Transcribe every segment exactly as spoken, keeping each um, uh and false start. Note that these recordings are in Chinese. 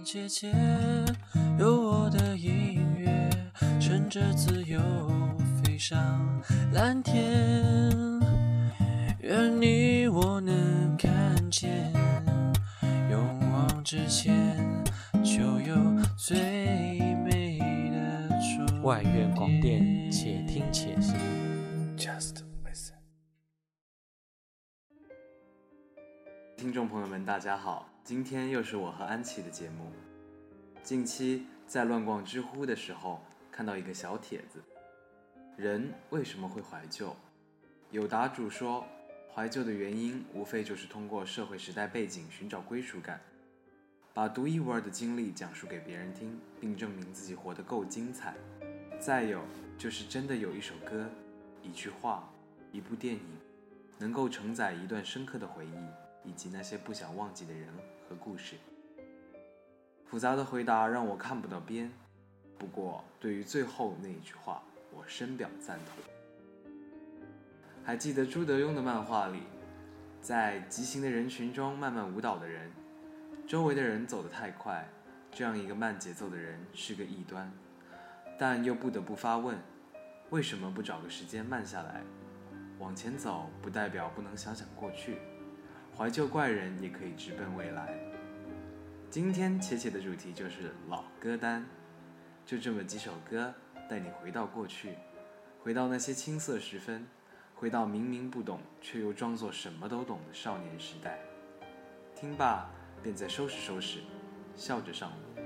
姐姐，有我的音乐，乘着自由飞上蓝天，愿你我能看见，勇往直前，就有最美的终点。 外院广电，且听且行。 Just listen。 听众朋友们大家好，今天又是我和安琪的节目。近期在乱逛知乎的时候看到一个小帖子，人为什么会怀旧？有答主说，怀旧的原因无非就是通过社会时代背景寻找归属感，把独一无二的经历讲述给别人听，并证明自己活得够精彩。再有就是真的有一首歌、一句话、一部电影，能够承载一段深刻的回忆，以及那些不想忘记的人和故事。复杂的回答让我看不到边，不过对于最后那一句话，我深表赞同。还记得朱德庸的漫画里，在疾行的人群中慢慢舞蹈的人，周围的人走得太快，这样一个慢节奏的人是个异端，但又不得不发问，为什么不找个时间慢下来？往前走不代表不能想想过去，怀旧怪人也可以直奔未来。今天切切的主题就是老歌单，就这么几首歌带你回到过去，回到那些青涩时分，回到明明不懂却又装作什么都懂的少年时代。听罢便再收拾收拾，笑着上路。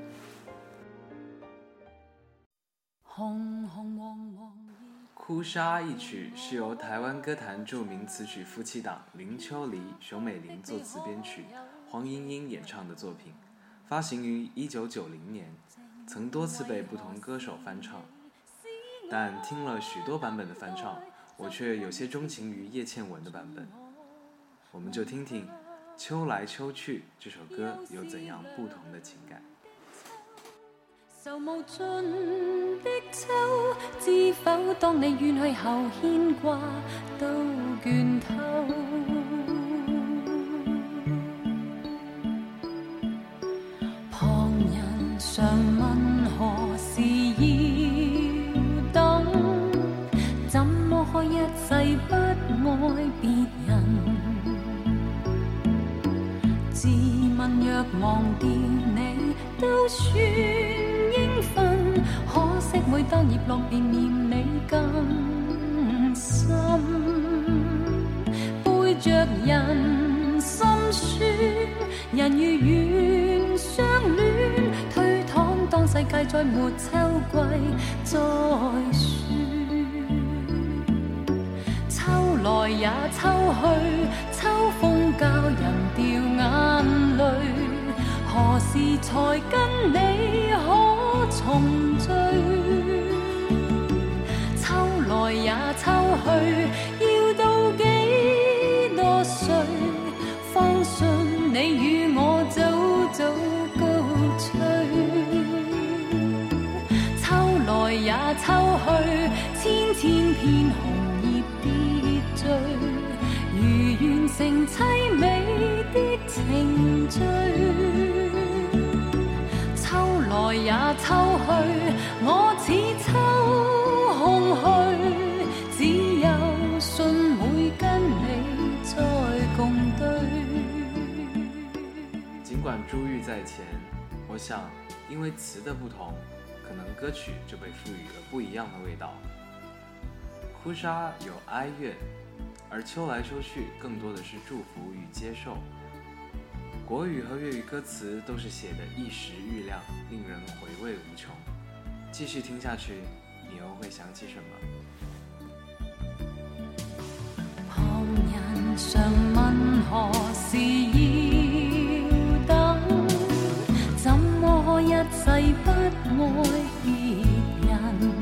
红红黄黄哭砂一曲是由台湾歌坛著名词曲夫妻档林秋离、熊美玲作词编曲，黄莺莺演唱的作品，发行于一九九零年，曾多次被不同歌手翻唱，但听了许多版本的翻唱，我却有些钟情于叶倩文的版本。我们就听听《秋来秋去》这首歌有怎样不同的情感。 愁無盡的秋，知否當你遠去後牽掛都倦透。旁人常問何時要等，怎麼可一世不愛別人？自問若忘掉你都算應份，可惜每當葉落便念你更深，背着人心酸，人如願相戀，推搪當世界再沒秋季再說，秋來也秋去，秋風教人掉眼淚，何時才跟你可重聚？秋來也秋去，要到幾多歲，方信你與我早早高吹？秋來也秋去，千千片紅葉跌墜，如完成凄美的程序。秋來也秋去，我似秋空虛，只有信會跟你再共對。 儘管珠玉在前，我想因为词的不同，可能歌曲就被赋予了不一样的味道。哭砂有哀怨，而秋来秋去更多的是祝福与接受。国语和粤语歌词都是写的一时郁亮，令人回味无穷。继续听下去，你又会想起什么？ 旁人常問何時要等，怎麼可一世不愛別人？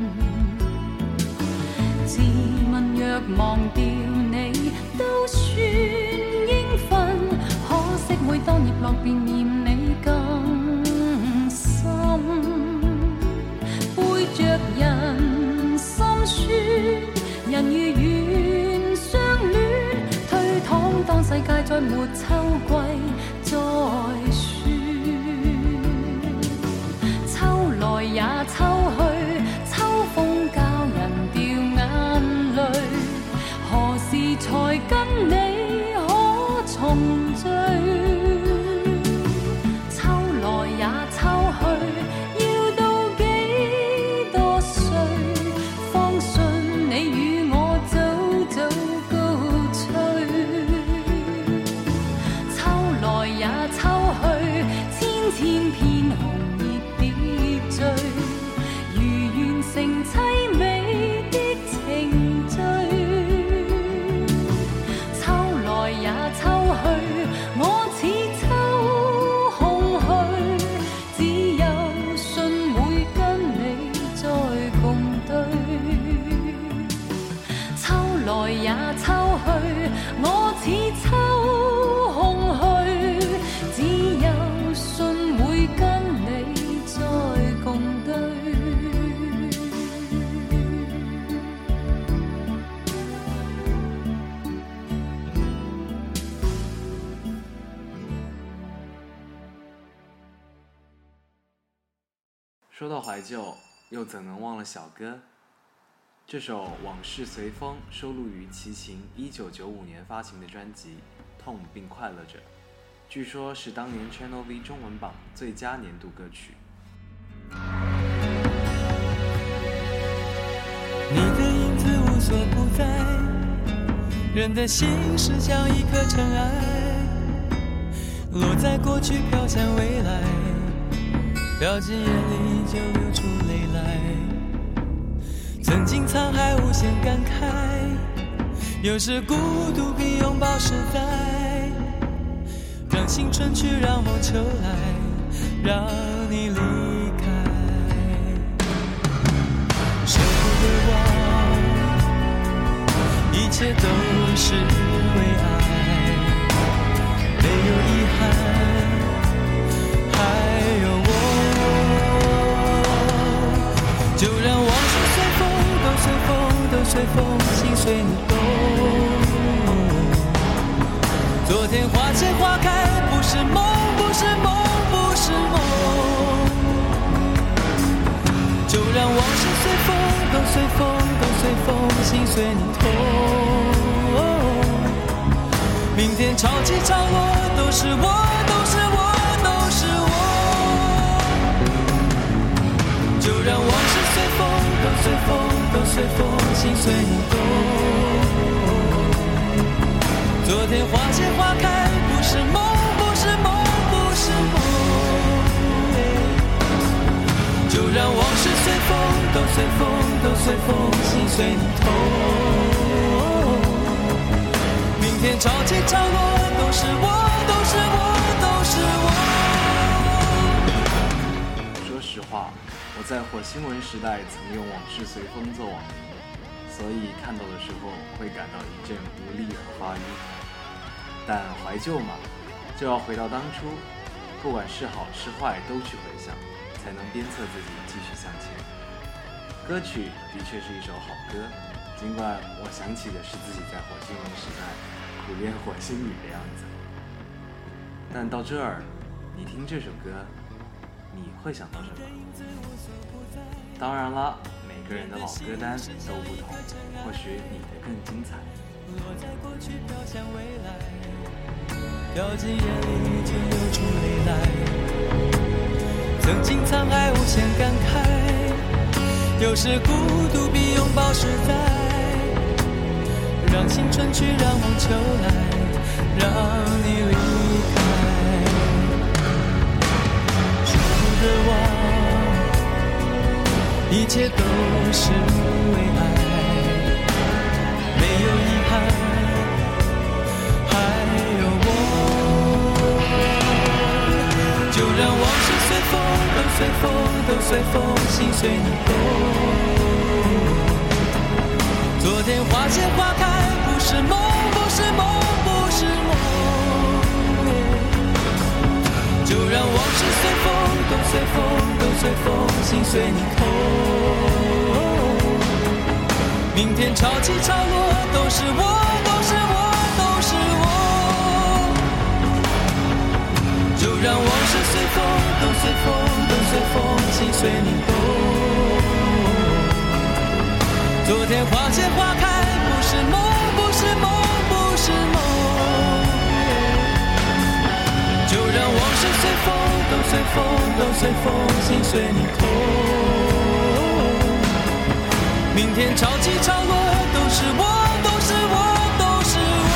自問若忘掉你都算應份，可惜每當葉落便念你更深，背着人心酸，人如願相戀，推搪當世界再沒秋季再說， 才跟你可重聚。抽來也抽去，要到幾多歲，方信你與我早早高吹。抽來也抽去，千千片紅葉疊聚，如完成凄美的程序。抽來也抽去，我似抽空去，只有信會跟你再共對。抽來也抽去，我似抽空去，只有信會跟你再共對。 说到怀旧，又怎能忘了小哥？这首《往事随风》收录于齐秦一九九五年发行的专辑《痛并快乐着》，据说是当年 Channel V 中文榜最佳年度歌曲。 你的影子无所不在，人的心事像一颗尘埃，落在过去飘向未来，掉进眼里就流出泪来。曾经沧海无限感慨，有时孤独比拥抱实在，让青春去，让梦秋来，让你离开。舍不得忘，一切都是为爱，没有遗憾，还有我。就让往事随风，都随风，都随风，心随你动。昨天花谢花开，不是梦，不是梦，不是梦。就让往事随风，都随风，都随风，心随你痛。明天潮起潮落，都是我，都是我，都是我。就让往事随风，都随风，都随风，心随你动。昨天花谢花开，不是梦，不是梦，不是梦。就让往事随风，都随风，都随风，心随你痛。明天潮起潮落，都是我，都是我，都是我。说实话，我在火星文时代曾用往事随风做网名，所以看到的时候会感到一阵无力和发晕。但怀旧嘛，就要回到当初，不管是好是坏都去回想，才能鞭策自己继续向前。歌曲的确是一首好歌，尽管我想起的是自己在火星文时代苦练火星语的样子。但到这儿，你听这首歌，你会想到什么？当然啦，每个人的老歌单都不同，或许你的更精彩。 落在过去飘向未来，掉进眼里就流出泪来。曾经沧海无限感慨，有时孤独比拥抱实在，让青春去，让梦秋来，让你离开。舍不得忘，一切都是为爱，没有遗憾，还有我。就让往事随风，都随风，都随风，心随你动。昨天花谢花开，不是梦，不是梦，不是梦。就让往事随风，都随风，都随风，心随你痛。明天潮起潮落，都是我，都是我，都是我。就让往事随风，都随风，都随风，心随你动。昨天花谢花开，不是梦，不是梦。 风，都随风，心随你痛。明天潮起潮落，都是我，都是我，都是我。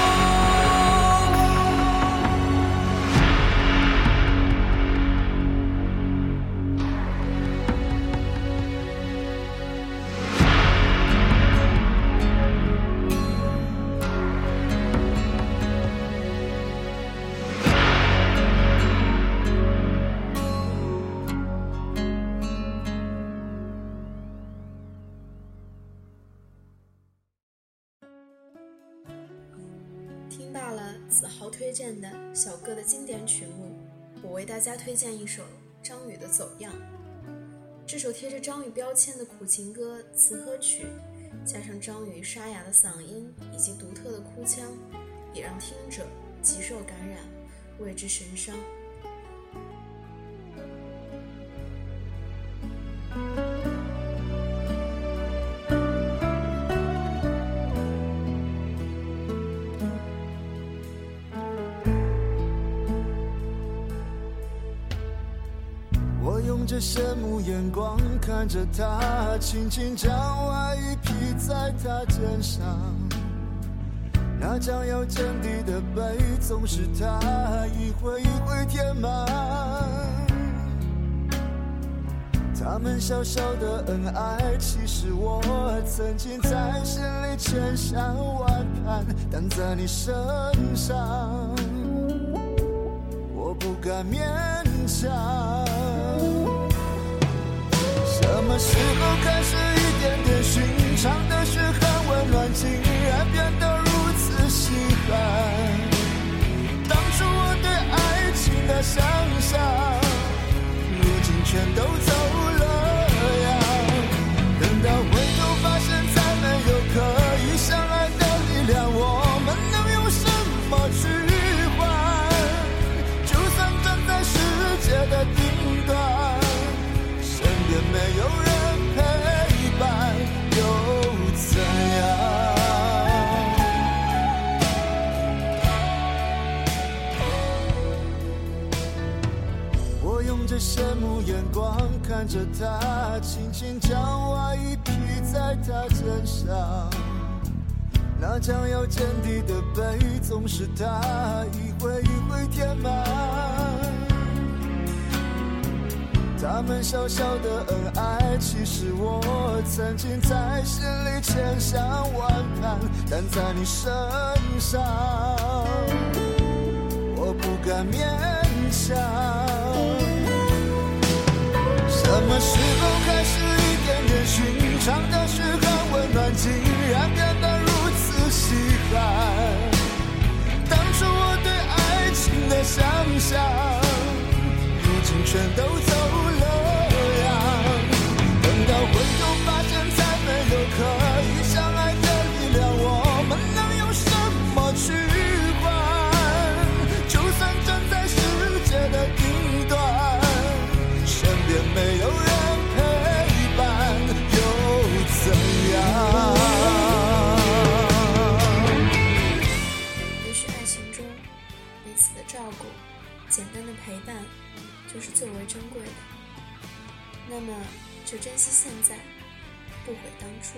听到了子豪推荐的小哥的经典曲目，我为大家推荐一首张宇的《走样》。这首贴着张宇标签的苦情歌词和曲，加上张宇沙哑的嗓音以及独特的哭腔，也让听者极受感染，为之神伤。 我用着羡慕眼光看着他，轻轻将外衣披在他肩上，那将要见底的背总是他一回一回填满。他们小小的恩爱，其实我曾经在心里千想万盼，但在你身上我不敢勉强。什么时候开始一点点寻常的嘘寒问暖，竟然变得如此稀罕？当初我对爱情的想象，如今全都走了样。等到回头发现再没有可以相爱的力量，我们能用什么去换？就算站在世界的顶端，身边没有人陪伴又怎样？我用着羡慕眼光看着他，轻轻将外衣披在他肩上，那将要见底的背总是他一回一回填满。他们小小的恩爱，其实我曾经在心里千想万盼，但在你身上我不敢勉强。什么时候开始一点点寻常的嘘寒问暖，竟然变得如此稀罕？当初我对爱情的想象，如今全都走了样。等到回头发现再没有可以相爱的力量，我们能用什么去换？就算站在世界的顶端，身边没有人陪伴又怎样？ 也许爱情中彼此的照顾，简单的陪伴就是最为珍贵的。那么就珍惜现在，不悔当初。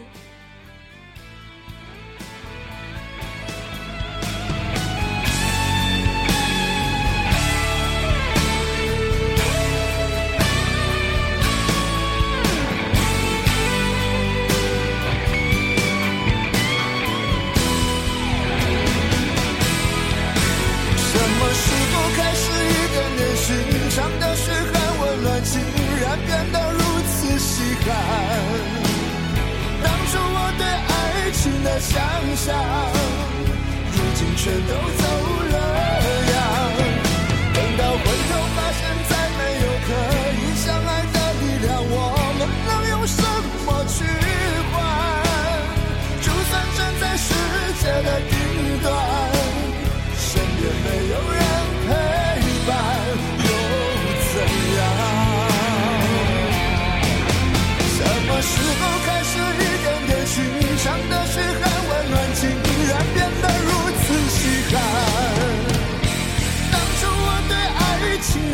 什么时候开始一点点寻常的嘘寒问暖，竟然变得如此稀罕？当初我对爱情的想象，如今全都走了样。等到回头发现再没有可以相爱的力量，我们能用什么去换？就算站在世界的顶端，身边没有人陪伴又怎样？什么时候开始一点点寻常的嘘寒问暖，竟然变得如此稀罕？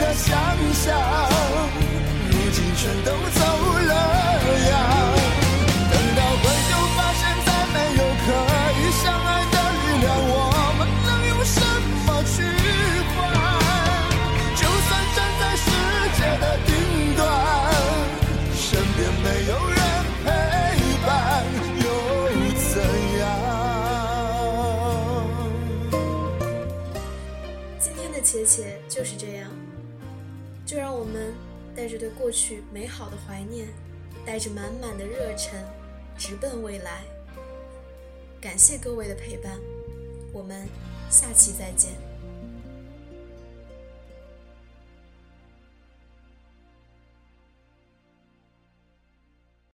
的想象，如今全都走了样。等到回头发现再没有可以相爱的力量，我们能用什么去换？就算站在世界的顶端，身边没有人陪伴又怎样？ 今天的且且就是这样，就让我们带着对过去美好的怀念，带着满满的热忱，直奔未来。感谢各位的陪伴，我们下期再见。